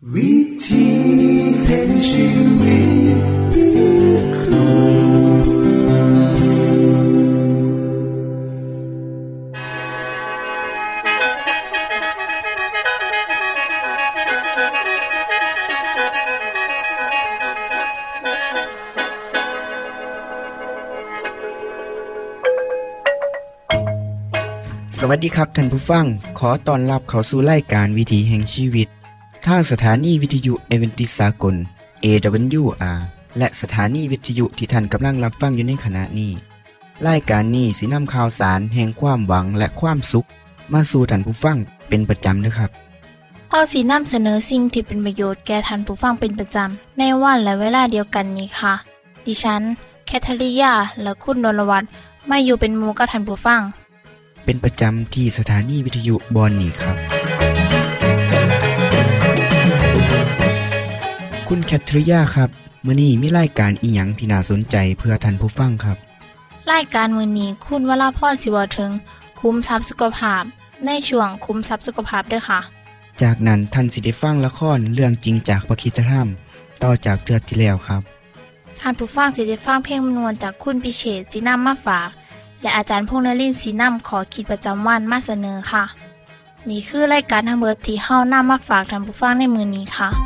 วิธีแห่งชีวิตติดคุสวัสดีครับท่านผู้ฟังขอต้อนรับเข้าสู่รายการวิถีแห่งชีวิตทางสถานีวิทยุเอเวนติสากล AWR และสถานีวิทยุที่ท่านกำลังรับฟังอยู่ในขณะนี้รายการนี้สินำข่าวสารแห่งความหวังและความสุขมาสู่ท่านผู้ฟังเป็นประจำนะครับเราสินำเสนอสิ่งที่เป็นประโยชน์แก่ท่านผู้ฟังเป็นประจำในวันและเวลาเดียวกันนี้ค่ะดิฉันแคทริยาและคุณดลวัฒน์มาอยู่เป็นหมู่กับท่านผู้ฟังเป็นประจำที่สถานีวิทยุบอนนี่ครับคุณแคทริยาครับมื้อนี้มีรายการอีหยังที่น่าสนใจเพื่อท่านผู้ฟังครับรายการมื้อนี้คุณวราพรสิเว้าถึงคุ้มทรัพย์สุขภาพในช่วงคุ้มทรัพย์สุขภาพด้วยค่ะจากนั้นท่านสิได้ฟังละครเรื่องจริงจากพระคริสตธรรมต่อจากเทื่อที่แล้วครับท่านผู้ฟังสิได้ฟังเพลงมนวนจากคุณพิเชษฐ์สินำมาฝากและอาจารย์พงษ์นฤมลศรีนำขอคิดประจำวันมาเสนอค่ะนี่คือรายการทั้งเบิดที่เฮานำมาฝากท่านผู้ฟังในมื้อนี้ค่ะ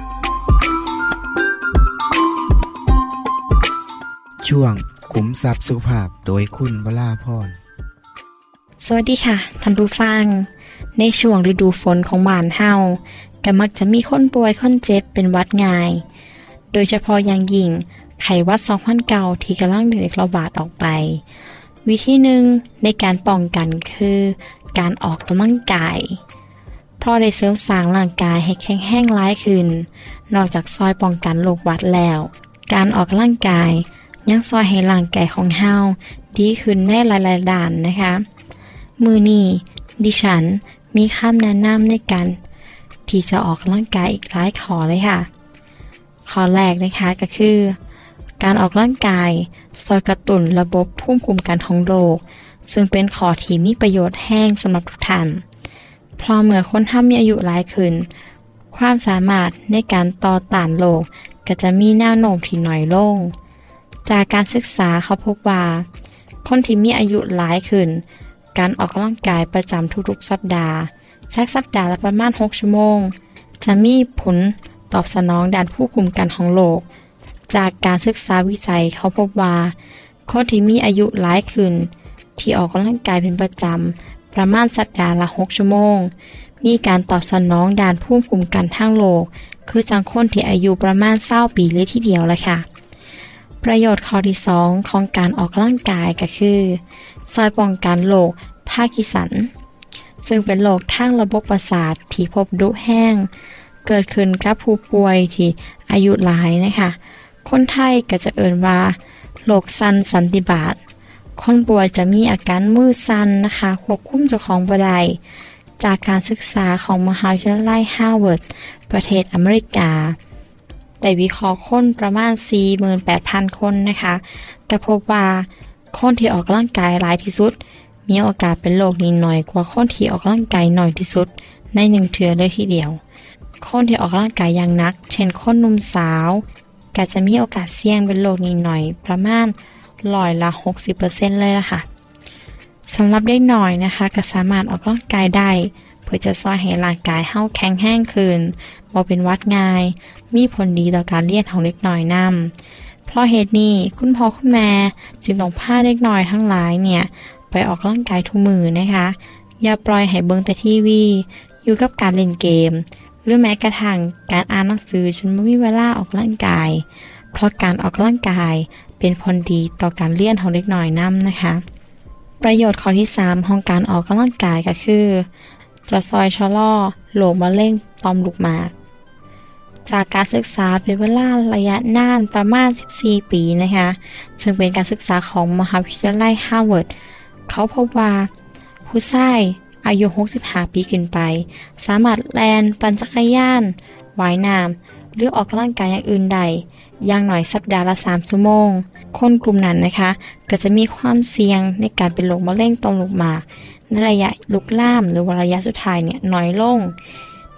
ช่วงขุมทรัพย์สุขภาพโดยคุณวราพรสวัสดีค่ะท่านผู้ฟังในช่วงฤดูฝนของบ้านเฮาก็มักจะมีคนป่วยคนเจ็บเป็นหวัดง่ายโดยเฉพาะอย่างยิ่งไข้หวัด2009ที่กำลังเดินระบาดออกไปวิธีหนึ่งในการป้องกันคือการออกกำลังกายเพราะได้เสริมสร้างร่างกายให้แข็งแรงหลายขึ้นนอกจากซอยป้องกันโรคหวัดแล้วการออกกำลังกายยังซอยให้ร่างกายของเฮาดีขึ้นในหลายๆด้านนะคะมื้อนี้ดิฉันมีคำแนะนำในการที่จะออกกำลังกายอีกหลายข้อเลยค่ะข้อแรกนะคะก็คือการออกกำลังกายซอยกระตุ้นระบบภูมิคุ้มกันของโรคซึ่งเป็นข้อที่มีประโยชน์แห้งสำหรับทุกท่านเพราะเมื่อคนเฮามีอายุหลายขึ้นความสามารถในการต่อต้านโรคก็จะมีแนวโน้มที่น้อยลงจากการศึกษาเขาพบว่าคนที่มีอายุหลายขึ้นการออกกำลังกายประจำทุกๆสัปดาห์สัปดาห์ละประมาณ6ชั่วโมงจะมีผลตอบสนองด้านภูมิคุ้มกันของโรคจากการศึกษาวิจัยเขาพบว่าคนที่มีอายุหลายขึ้นที่ออกกำลังกายเป็นประจำประมาณสัปดาห์ละ6ชั่วโมงมีการตอบสนองด้านภูมิคุ้มกันทางโลกคือจังคนที่อายุประมาณ20ปีเลยทีเดียวละค่ะประโยชน์ข้อที่2ของการออกกำลังกายก็คือช่วยป้องกันโรคพาร์กินสันซึ่งเป็นโรคทางระบบประสาทที่พบดุแห้งเกิดขึ้นกับผู้ป่วยที่อายุหลายนะคะคนไทยก็จะเอ่ยว่าโรคสั่นสันติบาตคนป่วยจะมีอาการมือสั่นนะคะควบคุมเจ้าของบ่ได้จากการศึกษาของมหาวิทยาลัยฮาร์วาร์ดประเทศอเมริกาได้วิเคราะห์คนประมาณ 48,000 คนนะคะก็พบว่าคนที่ออกกำลังกายหลายที่สุดมีโอกาสเป็นโรคนี้น้อยกว่าคนที่ออกกำลังกายน้อยที่สุดใน1เทื่อเลยทีเดียวคนที่ออกกำลังกายอย่างหนักเช่นคนหนุ่มสาวก็จะมีโอกาสเสี่ยงเป็นโรคนี้หน่อยประมาณ60% เลยล่ะค่ะสำหรับเด็กน้อยนะคะก็สามารถออกกำลังกายได้เพื่อจะช่วยให้ร่างกายเฮาแข็งแรงขึ้นบ่เป็นหวัดง่ายมีผลดีต่อการเรียนของเด็กน้อยนำเพราะเหตุนี้คุณพ่อคุณแม่จึงต้องพาเด็กน้อยทั้งหลายเนี่ยไปออกกำลังกายทุกมื้อนะคะอย่าปล่อยให้เบิ่งแต่ทีวีอยู่กับการเล่นเกมหรือแม้กระทั่งการอ่านหนังสือจนไม่มีเวลาออกกำลังกายเพราะการออกกำลังกายเป็นผลดีต่อการเรียนของเด็กน้อยนำนะคะประโยชน์ข้อที่3ของการออกกำลังกายก็คือจะช่วยชะลอโรคมะเร็งต่อมลูกหมากจากการศึกษาเป็นเวลาระยะนานประมาณ14ปีนะคะซึ่งเป็นการศึกษาของมหาวิทยาลัยฮาร์วาร์ดเขาพบว่าผู้ชายอายุ65ปีขึ้นไปสามารถแล่นปั่นจักรยานว่ายน้ำหรือออกกำลังกายอย่างอื่นได้อย่างน้อยสัปดาห์ละ3ชั่วโมงคนกลุ่มนั้นนะคะก็จะมีความเสี่ยงในการเป็นโรคมะเร็งต่อมลูกหมากในระยะลุกลามหรือว่าระยะสุดท้ายเนี่ยน้อยลง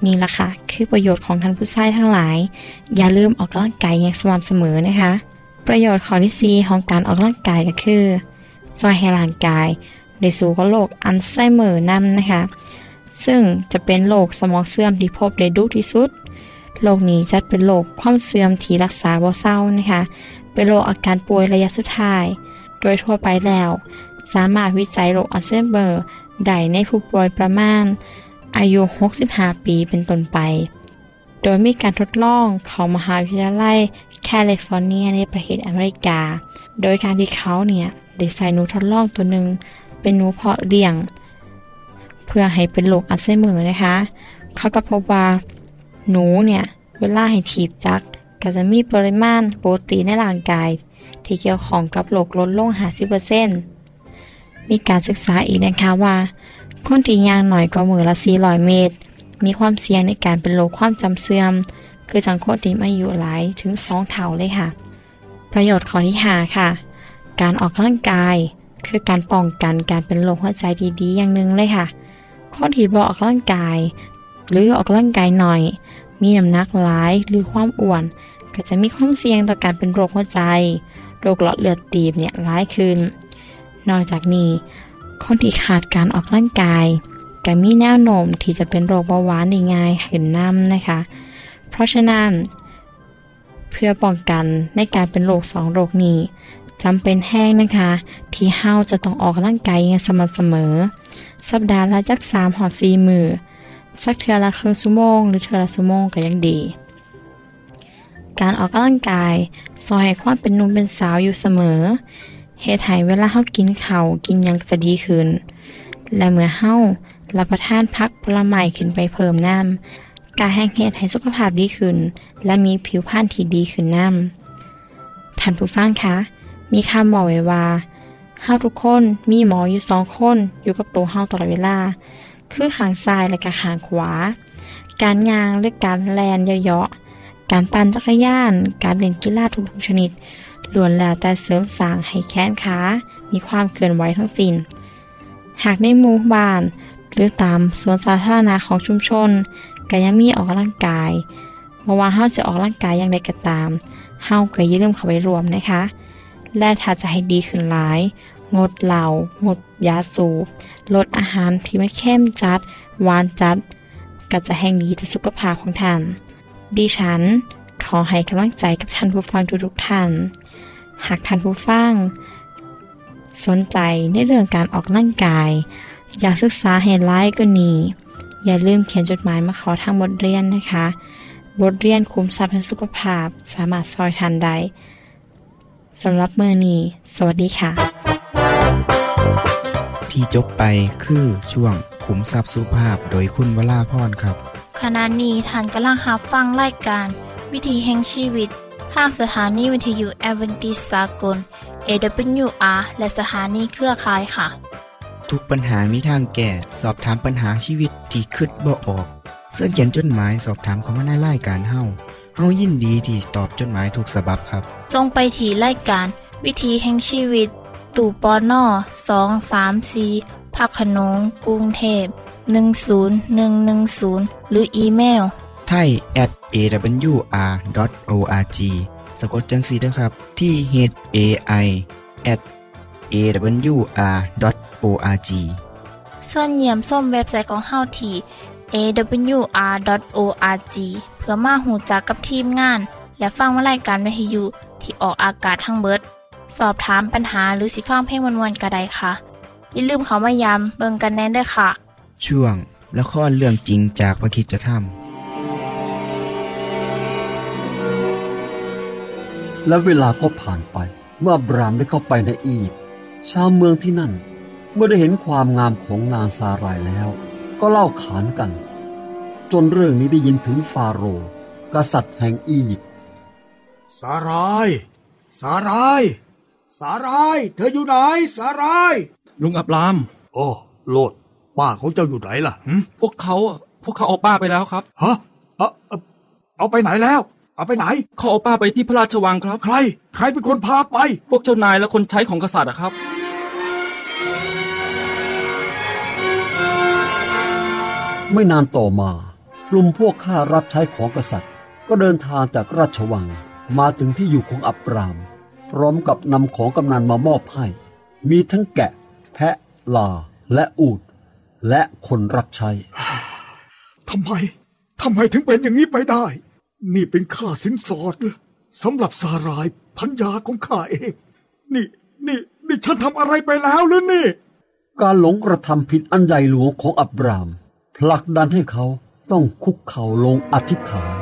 นี่ล่ะค่ะคือประโยชน์ของท่านผู้ชายทั้งหลายอย่าลืมออกกำลังกายอย่างสม่ำเสมอนะคะประโยชน์ข้อที่4ของการออกกำลังกายก็คือช่วยให้ร่างกายได้สู้กับโรคอัลไซเมอร์นำนะคะซึ่งจะเป็นโรคสมองเสื่อมที่พบได้ดุที่สุดโรคนี้จัดเป็นโรคความเสื่อมที่รักษาบ่เศร้านะคะเป็นโรคอาการป่วยระยะสุดท้ายโดยทั่วไปแล้วสามารถวิจัยโรคอัลไซเมอร์ได้ในผู้ป่วยประมาณอายุ65ปีเป็นต้นไปโดยมีการทดลองของมหาวิทยาลัยแคลิฟอร์เนียในประเทศอเมริกาโดยการที่เขาเนี่ยได้ใส่หนูทดลองตัวหนึ่งเป็นหนูเพาะเลี้ยงเพื่อให้เป็นโรคอัลไซเมอร์นะคะเขาก็พบว่าหนูเนี่ยเวลาให้ถีบจักรก็จะมีปริมาณโปรตีนในร่างกายที่เกี่ยวข้องกับโรคลดลง 50% มีการศึกษาอีกนะคะว่าคนที่ย่างหน่อยกว่ามื้อละ400เมตรมีความเสี่ยงในการเป็นโรคความจำเสื่อมคือจังคนที่อายุหลายถึง2เท่าเลยค่ะประโยชน์ข้อที่5ค่ะการออกกำลังกายคือการป้องกันการเป็นโรคหัวใจดีๆอย่างหนึ่งเลยค่ะคนที่บ่ออกกำลังกายหรือออกกำลังกายหน่อยมีน้ำหนักหลายหรือความอ้วนก็จะมีความเสี่ยงต่อการเป็นโรคหัวใจโรคหลอดเลือดตีบเนี่ยหลายขึ้นนอกจากนี้คนที่ขาดการออกกำลังกายก็มีแนวโน้มที่จะเป็นโรคเบาหวานได้ง่ายขึ้นนำนะคะเพราะฉะนั้นเพื่อป้องกันในการเป็นโรค2โรคนี้จำเป็นแห้งนะคะที่เฮาจะต้องออกกำลังกายอย่างสม่ำเสมอสัปดาห์ละจัก 3-4 มื้อสักเทื่อละครึ่งชั่วโมงหรือเทื่อละชั่วโมงก็ยังดีการออกกำลังกายซอยให้ความเป็นหนุ่มเป็นสาวอยู่เสมอเฮ็ดให้เวลาเฮากินข้าวกินหยังจะดีขึ้นและเมื่อเฮารับประทานผักผลไม้ขึ้นไปเพิ่มน้ำการแห้งเฮ็ดให้สุขภาพดีขึ้นและมีผิวพรรณที่ดีขึ้นน้ำท่านผู้ฟังคะมีคำบอกไว้ว่าเฮาทุกคนมีหมออยู่2คนอยู่กับตัวเฮาตลอดเวลาคือข้างซ้ายและก็ข้างขวาการย่างหรือการแล่นเหยาะๆการปั่นจักรยานการเล่นกีฬาทุกๆชนิดล้วนแล้วแต่เสริมสร้างให้แขนขามีความเคลื่อนไหวทั้งสิ้นหากในหมู่บ้านหรือตามสวนสาธารณะของชุมชนก็ยังมีออกกำลังกายบ่ว่าเฮาจะออกกำลังกายอย่างใดก็ตามเฮาก็อย่าลืมเข้าไปร่วมนะคะและถ้าจะให้ดีขึ้นหลายงดเหล้างดยาสูบลดอาหารที่มันเข้มจัดหวานจัดก็จะแห่งดีต่อสุขภาพของท่านดิฉันขอให้กำลังใจกับท่านผู้ฟังทุกๆท่านหากท่านผู้ฟังสนใจในเรื่องการออกกำลังกายอยากศึกษาให้หลายกว่านี้อย่าลืมเขียนจดหมายมาขอทางบทเรียนนะคะบทเรียนคุ้มทรัพย์ทางสุขภาพสามารถซอยทันได้สำหรับมื้อนี้สวัสดีค่ะที่จบไปคือช่วงขุมทรัพย์สุภาพโดยคุณวราพรครับขณะนี้ท่านกำลังรับฟังรายการวิถีแห่งชีวิตทางสถานีวิทยุแอดเวนทิสต์สากล AWR และสถานีเครือข่ายค่ะทุกปัญหามีทางแก้สอบถามปัญหาชีวิตที่คิดบ่ออกเสิร์ชเขียนจดหมายสอบถามเข้ามาในรายการเฮายินดีที่ตอบจดหมายทุกฉบับครับส่งไปที่รายการวิถีแห่งชีวิตตู้ปน234พักขนงกรุงเทพ10110หรืออีเมล thai@awr.org สะกดจังซี่เด้อครับที่ hai@awr.org ส่วนเยี่ยมส้มเว็บไซต์ของเฮาที่ awr.org เพื่อมาหูจักกับทีมงานและฟังรายการวิทยุที่ออกอากาศทั้งเบิดสอบถามปัญหาหรือสิฟังเพลงม่วนๆก็ได้ค่ะอย่าลืมเข้ามาย้ำเบิ่งกันแน่นด้วยค่ะช่วงละครเรื่องจริงจากพระคริสตธรรมและเวลาก็ผ่านไปเมื่ออับรามได้เข้าไปในอียิปต์ชาวเมืองที่นั่นเมื่อได้เห็นความงามของนางซารายแล้วก็เล่าขานกันจนเรื่องนี้ได้ยินถึงฟาโรห์กษัตริย์แห่งอียิปต์ซารายซารายซารายเธออยู่ไหนซารายลุงอับรามโอ้โลดป้าของเจ้าอยู่ไหนล่ะพวกเขาเอาป้าไปแล้วครับฮะเอาไปไหนแล้วเอาไปไหนเขาเอาป้าไปที่พระราชวังครับใครเป็นคนพาไปพวกเจ้านายและคนใช้ของกษัตริย์ครับไม่นานต่อมากลุ่มพวกข้ารับใช้ของกษัตริย์ก็เดินทางจากราชวังมาถึงที่อยู่ของอับรามพร้อมกับนำของกำนันมามอบให้มีทั้งแกะแพะลาและอูฐและคนรับใช้ทำไมถึงเป็นอย่างนี้ไปได้นี่เป็นค่าสินสอดเลยสำหรับสารายภรรยาของข้าเองนี่ฉันทำอะไรไปแล้วหรือนี่การหลงกระทำผิดอันใหญ่หลวงของอับรามผลักดันให้เขาต้องคุกเข่าลงอธิษฐาน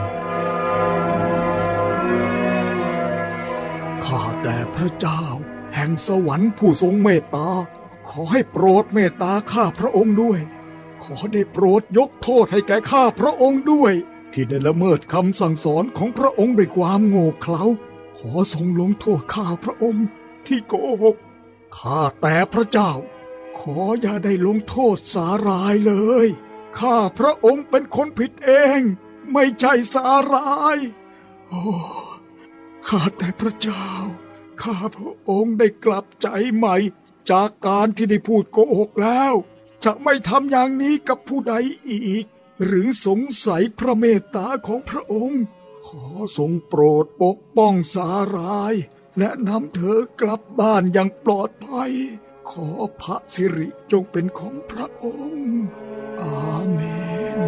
ข้าแต่พระเจ้าแห่งสวรรค์ผู้ทรงเมตตาขอให้โปรดเมตตาข้าพระองค์ด้วยขอได้โปรดยกโทษให้แก่ข้าพระองค์ด้วยที่ได้ละเมิดคำสั่งสอนของพระองค์ด้วยความโง่เขลาขอทรงลงโทษข้าพระองค์ที่โกหกข้าแต่พระเจ้าขออย่าได้ลงโทษสารายเลยข้าพระองค์เป็นคนผิดเองไม่ใช่สารายโอ้ข้าแต่พระเจ้าข้าพระองค์ได้กลับใจใหม่จากการที่ได้พูดโกหกแล้วจะไม่ทำอย่างนี้กับผู้ใดอีกหรือสงสัยพระเมตตาของพระองค์ขอทรงโปรดปกป้องสารายและนำเธอกลับบ้านอย่างปลอดภัยขอพระสิริจงเป็นของพระองค์อาเมน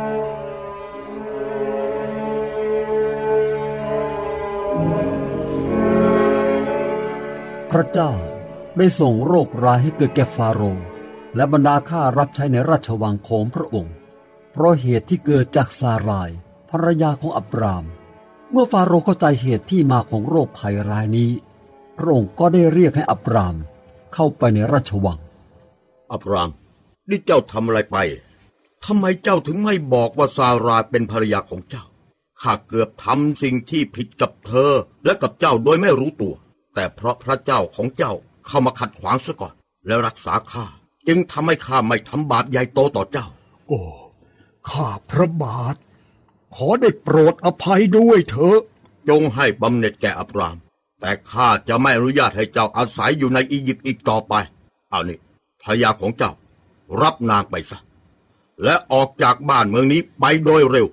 พระเจ้าได้ส่งโรคร้ายให้เกิดแก่ฟาโรห์และบรรดาข้ารับใช้ในราชวังของพระองค์เพราะเหตุที่เกิดจากซารายภรรยาของอับรามเมื่อฟาโรห์เข้าใจเหตุที่มาของโรคภัยร้ายนี้พระองค์ก็ได้เรียกให้อับรามเข้าไปในราชวังอับรามนี่เจ้าทำอะไรไปทำไมเจ้าถึงไม่บอกว่าซารายเป็นภรรยาของเจ้าข้าเกือบทำสิ่งที่ผิดกับเธอและกับเจ้าโดยไม่รู้ตัวแต่เพราะพระเจ้าของเจ้าเข้ามาขัดขวางซะก่อนและรักษาข้าจึงทำให้ข้าไม่ทำบาปใหญ่โตต่อเจ้าโอ้ข้าพระบาทขอได้โปรดอภัยด้วยเถอะจงให้บำเหน็จแก่อับรามแต่ข้าจะไม่อนุญาตให้เจ้าอาศัยอยู่ในอียิปต์อีกต่อไปเอานี่ภรรยาของเจ้ารับนางไปซะและออกจากบ้านเมืองนี้ไปโดยเร็ว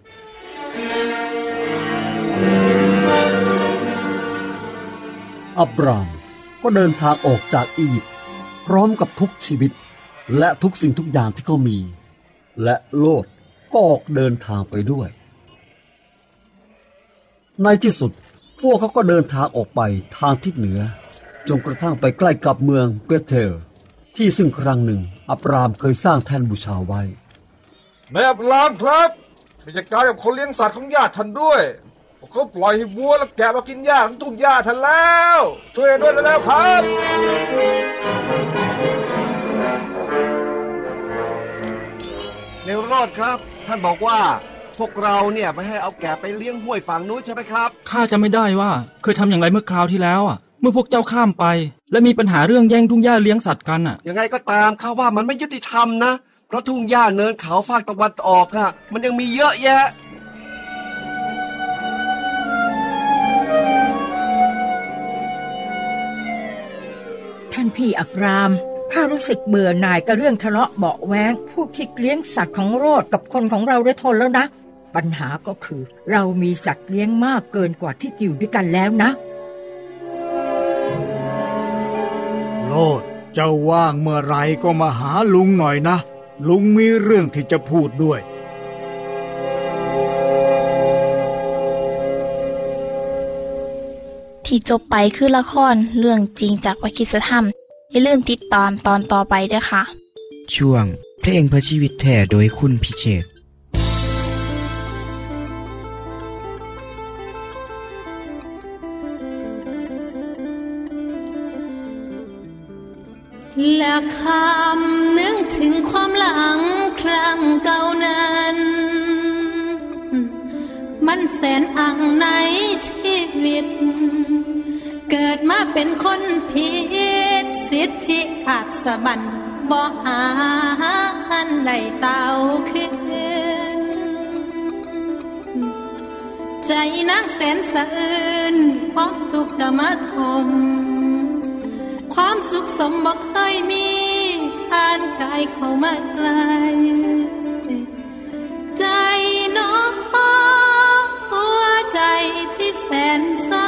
อับรามก็เดินทางออกจากอียิปต์พร้อมกับทุกชีวิตและทุกสิ่งทุกอย่างที่เขามีและโลดก็ออกเดินทางไปด้วยในที่สุดพวกเขาก็เดินทางออกไปทางทิศเหนือจนกระทั่งไปใกล้กับเมืองเบเธลที่ซึ่งครั้งหนึ่งอับรามเคยสร้างแท่นบูชาไว้นายอับรามครับไปจัดการกับคนเลี้ยงสัตว์ของญาติท่านด้วยเขาปล่อยให้วัวและแกะมากินหญ้าของทุ่งหญ้าท่านแล้วช่วยด้วยแล้วครับในรอดครับท่านบอกว่าพวกเราเนี่ยไม่ให้เอาแกะไปเลี้ยงห้วยฝั่งนู้นใช่ไหมครับข้าจะไม่ได้ว่าเคยทำอย่างไรเมื่อคราวที่แล้วเมื่อพวกเจ้าข้ามไปและมีปัญหาเรื่องแย่งทุ่งหญ้าเลี้ยงสัตว์กันยังไงก็ตามข้าว่ามันไม่ยุติธรรมนะเพราะทุ่งหญ้าเนินเขาภาคตะวันออกมันยังมีเยอะแยะท่านพี่อับรามข้ารู้สึกเบื่อหน่ายกับเรื่องทะเลาะเบาะแว้งพวกที่เลี้ยงสัตว์ของโรดกับคนของเราได้ทนแล้วนะปัญหาก็คือเรามีสัตว์เลี้ยงมากเกินกว่าที่จะอยู่ด้วยกันแล้วนะโลดเจ้าว่างเมื่อไรก็มาหาลุงหน่อยนะลุงมีเรื่องที่จะพูดด้วยที่จบไปคือละครเรื่องจริงจากวิคิสธรรมอย่าลืมติดตามตอนต่อไปด้วยค่ะช่วงเพลงเพื่อชีวิตแท้โดยคุณพิเชษฐ์และคำนึกถึงความหลังครั้งเก่านั้นมันแสนอังในชีวิตเกิดมาเป็นคนผิดสิทธิขาดสะบันบ่หาอันใดเต้าขึ้นใจนางแสนสะอื้นเพราะทุกข์ก็มาทมความสุขสมบ่เคยมีผ่านกายเข้ามาไกลใจน้ที่แสนเศร้า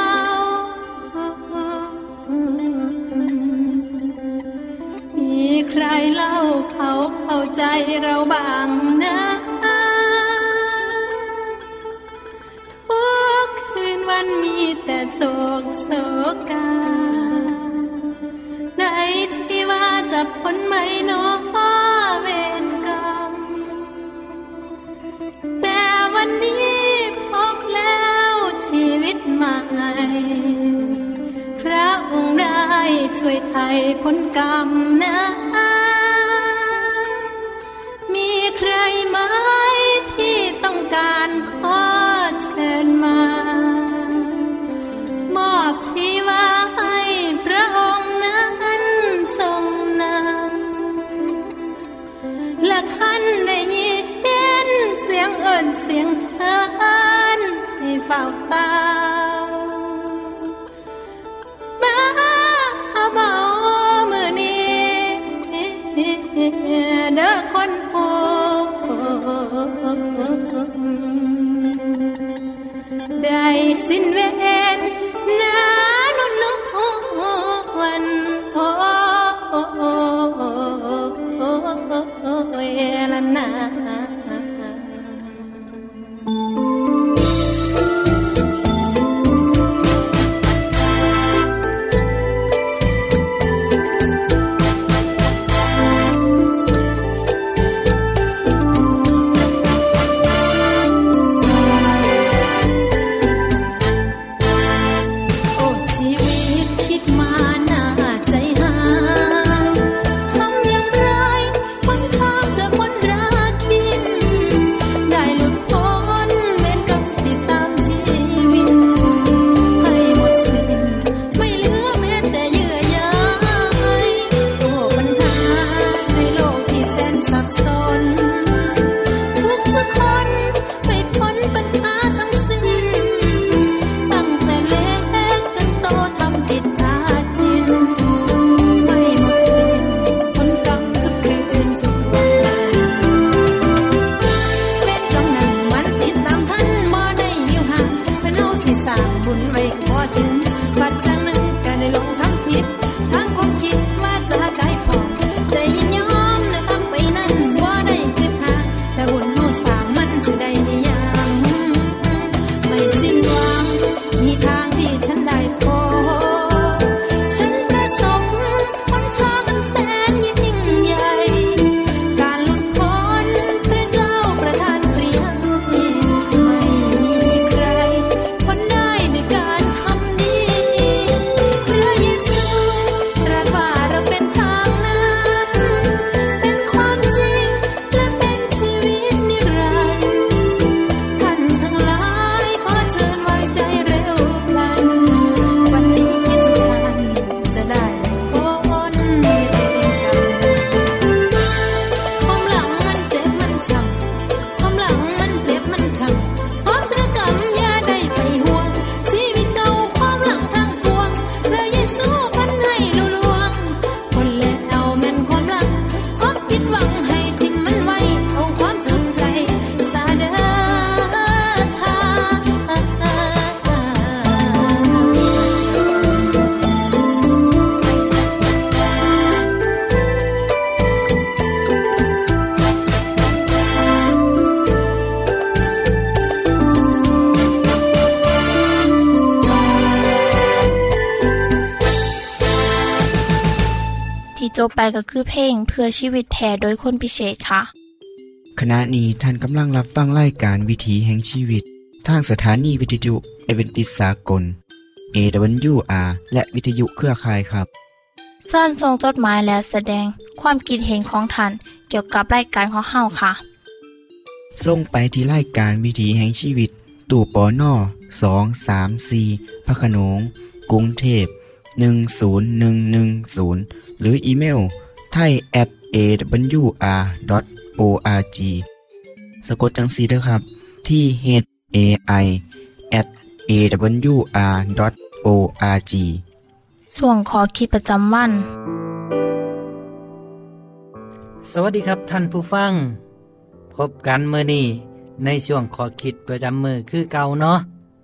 มีใครเล่าเขาเข้าใจเราบ้างนะทุกคืนวันมีแต่โศกโศกาไหนที่ว่าจะพ้นไหมเนาะเวรกรรมแต่วันนี้พบแล้วชีวิตใหม่พระองค์ได้ช่วยไถ่พ้นกรรมนะมีใครไหมที่ต้องการขอเชิญมามอบชีวาให้พระองค์นั้นทรงนำและคันได้ยินเสียงเอิ้นเสียงเชิญให้เฝ้าตามมาเมามื้อนี้เด้อคนผู้ได้สิ้นเวรนานุ่นวันโอ้ละนาจบไปก็คือเพลงเพื่อชีวิตแท้โดยคนพิเศษค่ะขณะนี้ท่านกำลังรับฟังรายการวิถีแห่งชีวิตทางสถานีวิทยุเอเวนติสากล AWR และวิทยุเครือข่ายครับเชิญส่งจดหมายและแสดงความคิดเห็นของท่านเกี่ยวกับรายการของเฮาค่ะส่งไปที่รายการวิถีแห่งชีวิตตู้ปน234พระโขนงกรุงเทพ10110หรืออีเมล thai@awr.org สะกดจังซี่เด้อครับที่ thai@awr.org ส่วนขอคิดประจำวันสวัสดีครับท่านผู้ฟังพบกันมื้อนี้ในช่วงขอคิดประจำมื้อคือเก่าเนาะ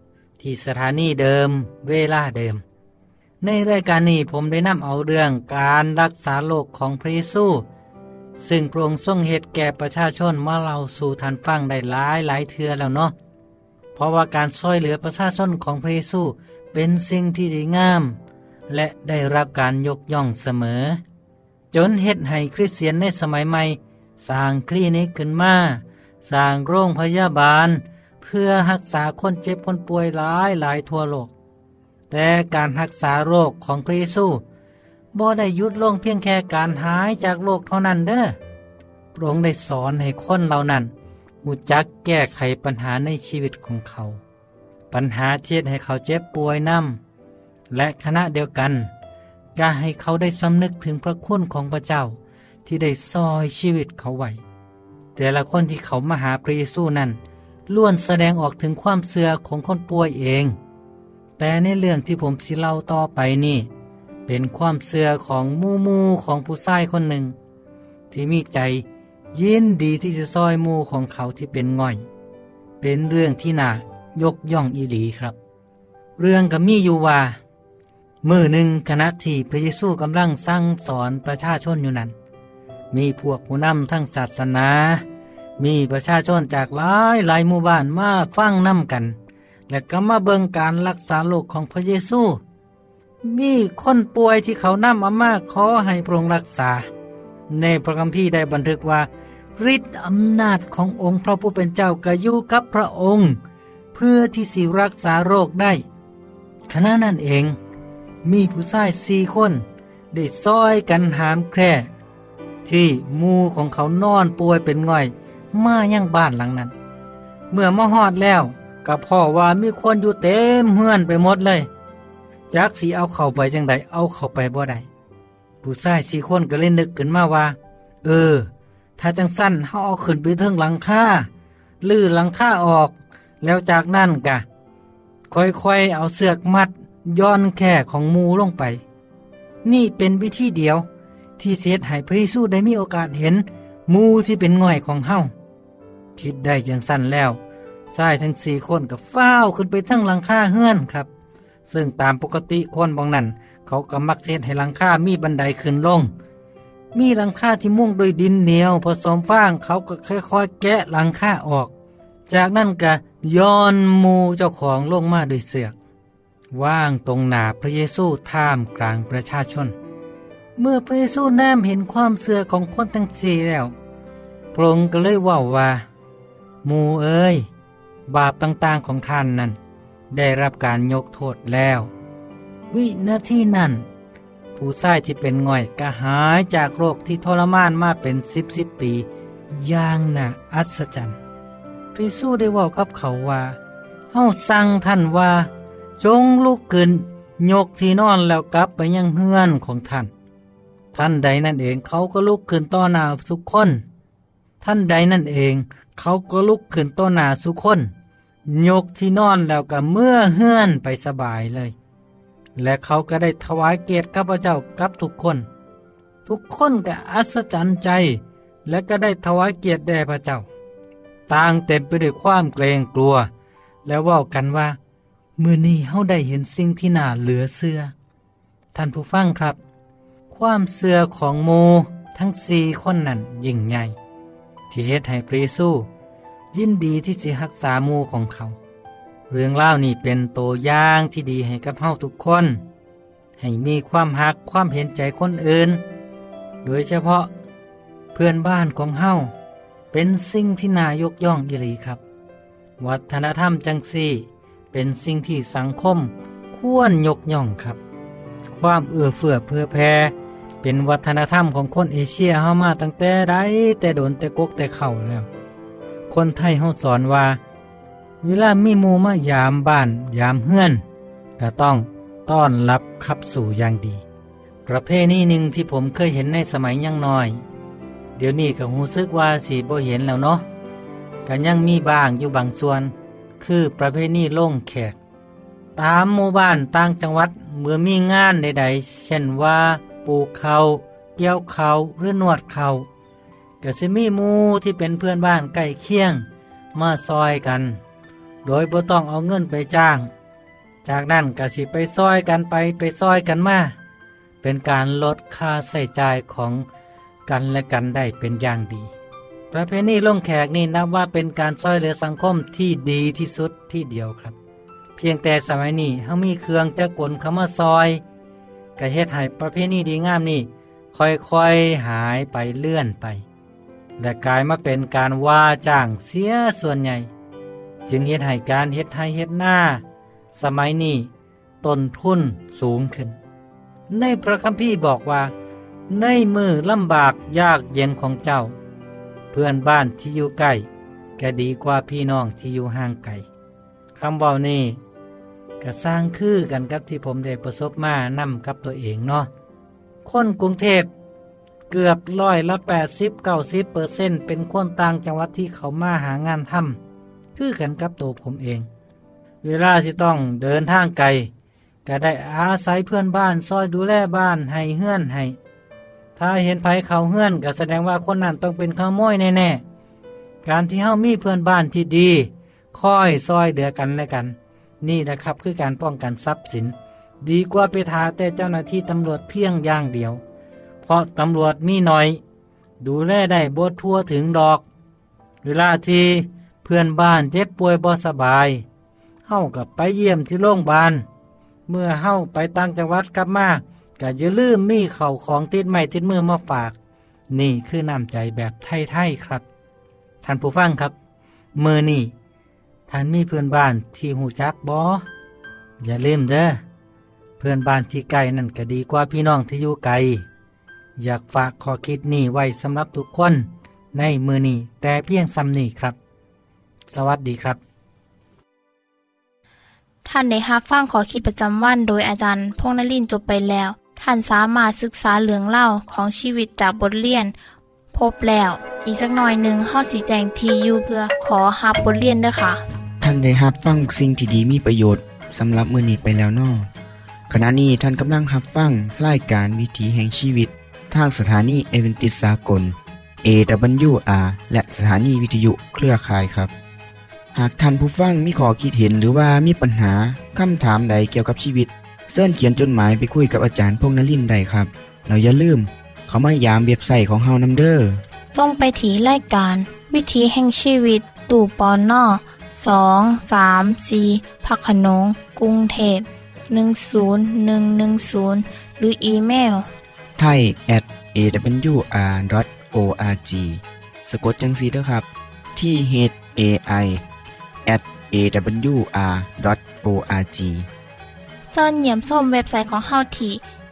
ที่สถานีเดิมเวลาเดิมในรายการนี้ผมได้นำเอาเรื่องการรักษาโรคของพระเยซูซึ่งพระองค์ทรงเหตุแก่ประชาชนมาเล่าสู่ท่านฟังได้หลายเทื่อแล้วเนาะเพราะว่าการช่วยเหลือประชาชนของพระเยซูเป็นสิ่งที่ดีงามและได้รับการยกย่องเสมอจนเฮ็ดให้คริสเตียนในสมัยใหม่สร้างคลินิกขึ้นมาสร้างโรงพยาบาลเพื่อรักษาคนเจ็บคนป่วยหลายทั่วโลกแต่การรักษาโรคของพระเยซูบ่ได้หยุดลงเพียงแค่การหายจากโรคเท่านั้นเด้อพระองค์ได้สอนให้คนเหล่านั้นรู้จักแก้ไขปัญหาในชีวิตของเขาปัญหาที่ให้เขาเจ็บป่วยนํและขณะเดียวกันก็ให้เขาได้สำนึกถึงพระคุณของพระเจ้าที่ได้ซอยชีวิตเขาไว้แต่ละคนที่เขามาหาพระเยซูนั้นล้วนแสดงออกถึงความเชื่อของคนป่วยเองแต่ในเรื่องที่ผมสิเล่าต่อไปนี่เป็นความเชื่อของหมู่ของผู้ชายคนหนึ่งที่มีใจยินดีที่จะซอยหมู่ของเขาที่เป็นง่อยเป็นเรื่องที่น่ายกย่องอีหลีครับเรื่องก็มีอยู่ว่ามื้อหนึ่งขณะที่พระเยซูกำลังสั่งสอนประชาชนอยู่นั้นมีพวกผู้นำทั้งศาสนามีประชาชนจากหลายหมู่บ้านมาฟังนำกันและก็มาเบิ่งการรักษาโรคของพระเยซูมีคนป่วยที่เขานำมาขอให้พระองค์รักษาในพระคัมภีร์ได้บันทึกว่าฤทธิ์อำนาจขององค์พระผู้เป็นเจ้าก็อยู่กับพระองค์เพื่อที่สิรักษาโรคได้ขณะนั้นเองมีผู้ชาย4 คนได้ซอยกันหามแคร่ที่หมู่ของเขานอนป่วยเป็นง่อยมายังบ้านหลังนั้นเมื่อมาฮอดแล้วก็พ่อว่ามีคนอยู่เต็มเฮือนไปหมดเลยจักสิเอาเข้าไปจังไดเอาเข้าไปบ่ได้ผู้ชาย4 คนก็เลยนึกขึ้นมาว่าถ้าจังสั้นเฮาเอาขึ้นไปเทิงหลังคาลื้อหลังคาออกแล้วจากนั้นก็ค่อยๆเอาเสือกมัดย้อนแค่ของหมู่ลงไปนี่เป็นวิธีเดียวที่เฮ็ดให้พระเยซูได้มีโอกาสเห็นหมู่ที่เป็นง่อยของเฮาคิดได้จังสั้นแล้วชายทั้ง4 คนก็ฟ้าวขึ้นไปทั้งหลังคาเฮือนครับซึ่งตามปกติคนบางนั้นเขาก็มักเฮ็ดให้หลังคามีบันไดขึ้นลงมีหลังคาที่มุงด้วยดินเหนียวผสมฟางเขาก็ค่อยๆแกะหลังคาออกจากนั้นก็ย้อนหมู่เจ้าของลงมาด้วยเสือกว่างตรงหน้าพระเยซูท่ามกลางประชาชนเมื่อพระเยซูแนมเห็นความเชื่อของคนทั้ง4แล้วพระองค์ก็เลยเว้าว่าหมู่เอ้ยบาปต่างๆของท่านนั้นได้รับการยกโทษแล้ววินาทีนั้นผู้ชายที่เป็นง่อยก็หายจากโรคที่ทรมานมาเป็น10 ปีอย่างน่าอัศจรรย์พระเยซูได้เว้ากับเขาว่าเฮาสั่งท่านว่าจงลุกขึ้นยกที่นอนแล้วกลับไปยังเฮือนของท่านท่านใดนั่นเองเขาก็ลุกขึ้นต่อหน้าทุกคนท่านใดนั่นเองเขาก็ลุกขึ้นต่อหน้าทุกคนยกที่นอนแล้วก็เมื่อเฮือนไปสบายเลยและเขาก็ได้ถวายเกียรติกับพระเจ้ากับทุกคนก็อัศจรรย์ใจและก็ได้ถวายเกียรติแด่พระเจ้าต่างเต็มไปด้วยความเกรงกลัวแล้วเว้ากันว่ามื้อนี้เฮาได้เห็นสิ่งที่น่าเหลือเชื่อท่านผู้ฟังครับความเชื่อของหมู่ทั้ง4 คนนั้นยิ่งใหญ่ที่เฮ็ดให้พระเยซูยินดีที่จะรักษาหมู่ของเขาเรื่องเล่านี้เป็นตัวอย่างที่ดีให้กับเฮาทุกคนให้มีความรักความเห็นใจคนอื่นโดยเฉพาะเพื่อนบ้านของเฮาเป็นสิ่งที่น่ายกย่องอีหลีครับวัฒนธรรมจังซี่เป็นสิ่งที่สังคมควรยกย่องครับความเอื้อเฟื้อเผื่อแผ่เป็นวัฒนธรรมของคนเอเชียเฮามาตั้งแต่ใดแต่โดนแต่กกแต่เข้าแล้วคนไทยเฮาสอนว่าเวลามีหมู่มายามบ้านยามเฮือนก็ต้องต้อนรับขับสู่อย่างดีประเพณีหนึ่งที่ผมเคยเห็นในสมัยยังน้อยเดี๋ยวนี้ก็รู้สึกว่าสิบ่เห็นแล้วเนาะก็ยังมีบ้างอยู่บางส่วนคือประเพณีลงแขกตามหมู่บ้านต่างจังหวัดเมื่อมีงานใดๆเช่นว่าปลูกข้าวเกี่ยวข้าวหรือนวดข้าวก็สิมีหมู่ที่เป็นเพื่อนบ้านใกล้เคียงมาซอยกันโดยบ่ต้องเอาเงินไปจ้างจากนั้นก็สิไปซอยกันไปซอยกันมาเป็นการลดค่าใช้จ่ายของกันและกันได้เป็นอย่างดีประเพณีลงแขกนี่นับว่าเป็นการซอยเหลือสังคมที่ดีที่สุดที่เดียวครับเพียงแต่สมัยนี้เฮามีเครื่องจักรกลเข้ามาซอยก็เฮ็ดให้ประเพณีดีงามนี่ค่อยๆหายไปเลื่อนไปและกลายมาเป็นการว่าจ้างเสียส่วนใหญ่จึงเฮ็ดให้การเฮ็ดไร่เฮ็ดนาสมัยนี้ต้นทุนสูงขึ้นในพระคัมภีร์บอกว่าในมือลำบากยากเย็นของเจ้าเพื่อนบ้านที่อยู่ใกล้ก็ดีกว่าพี่น้องที่อยู่ห่างไกลคำเว้านี้ก็สร้างคือกันกับที่ผมได้ประสบมานำกับตัวเองเนาะคนกรุงเทพเกือบ80-90% เป็นคนต่างจังหวัดที่เขามาหางานทำคือกันกับตัวผมเองเวลาที่ต้องเดินทางไกลก็ได้อาศัยเพื่อนบ้านซอยดูแลบ้านให้เฮือนให้ถ้าเห็นไผเขาเฮือนก็แสดงว่าคนนั้นต้องเป็นขโมยแน่ๆการที่เฮามีเพื่อนบ้านที่ดีคอยซอยเหลือกันและกันนี่นะครับคือการป้องกันทรัพย์สินดีกว่าไปหาแต่เจ้าหน้าที่ตำรวจเพียงอย่างเดียวเพราะตำรวจมีน้อยดูแลได้บ่ทั่วถึงดอกเวลาที่เพื่อนบ้านเจ็บป่วยบ่สบายเฮาก็ไปเยี่ยมที่โรงพยาบาลเมื่อเฮาไปต่างจังหวัดกลับมาก็อย่าลืมมีข้าวของติดไม้ติดมือมาฝากนี่คือน้ำใจแบบไทยๆครับท่านผู้ฟังครับมื้อนี้ท่านมีเพื่อนบ้านที่หูจักบ่อย่าลืมเด้อเพื่อนบ้านที่ไกลนั่นก็ดีกว่าพี่น้องที่อยู่ไกลอยากฝากข้อคิดนี้ไว้สำหรับทุกคนในมื้อนี้แต่เพียงซ้ำนี้ครับสวัสดีครับท่านได้รับฟังขอคิดประจำวันโดยอาจารย์พงษ์นฤมลจบไปแล้วท่านสามารถศึกษาเรื่องเล่าของชีวิตจากบทเรียนพบแล้วอีกสักหน่อยหนึ่งเฮาสิแจ้งที่อยู่เพื่อขอรับบทเรียนด้วยค่ะท่านได้รับฟังสิ่งที่ดีมีประโยชน์สำหรับมื้อนี้ไปแล้วน้อขณะนี้ท่านกำลังรับฟังรายการวิถีแห่งชีวิตทางสถานีเอเวนติสากล AWR และสถานีวิทยุเครือข่ายครับหากท่านผู้ฟังมีข้อคิดเห็นหรือว่ามีปัญหาคำถามใดเกี่ยวกับชีวิตเชิญเขียนจดหมายไปคุยกับอาจารย์พงษ์นฤมลได้ครับเราอย่าลืมเขามายามเว็บไซต์ของเฮานำเด้อส่งไปที่รายการวิถีแห่งชีวิตตู้ปน234พักขนงกรุงเทพ10110หรืออีเมล thai@awr.org สะกดจังซี่เด้อครับที่ hai@awr.org เชิญเยี่ยมชมเว็บไซต์ของเฮาที่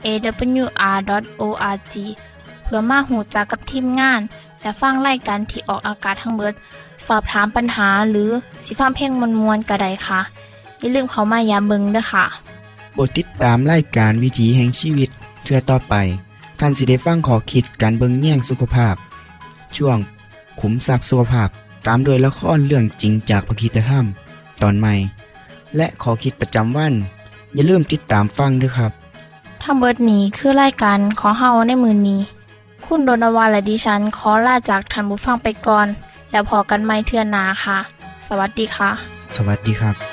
awr.org เพื่อมาหูจักกับทีมงานและฟังรายการที่ออกอากาศทั้งเบิดสอบถามปัญหาหรือสิฟังเพลงมวลๆก็ได้ค่ะอย่าลืมเข้ามายามเบิ่งเด้อค่ะโปรดติดตามรายการวิถีแห่งชีวิตเทื่อต่อไปท่านสิได้ฟังข้อคิดการเบิ่งแย่งสุขภาพช่วงขุมทรัพย์สุขภาพตามโดยละครเรื่องจริงจากพระคริสตธรรมตอนใหม่และข้อคิดประจำวันอย่าลืมติดตามฟังด้วยครับทั้งเบิดนี้คือรายการขอเฮาในมื้อนี้คุณโดนวาและดิฉันขอลาจากท่านผู้ฟังไปก่อนแล้วพอกันใหม่เทื่อหน้าค่ะสวัสดีค่ะสวัสดีครับ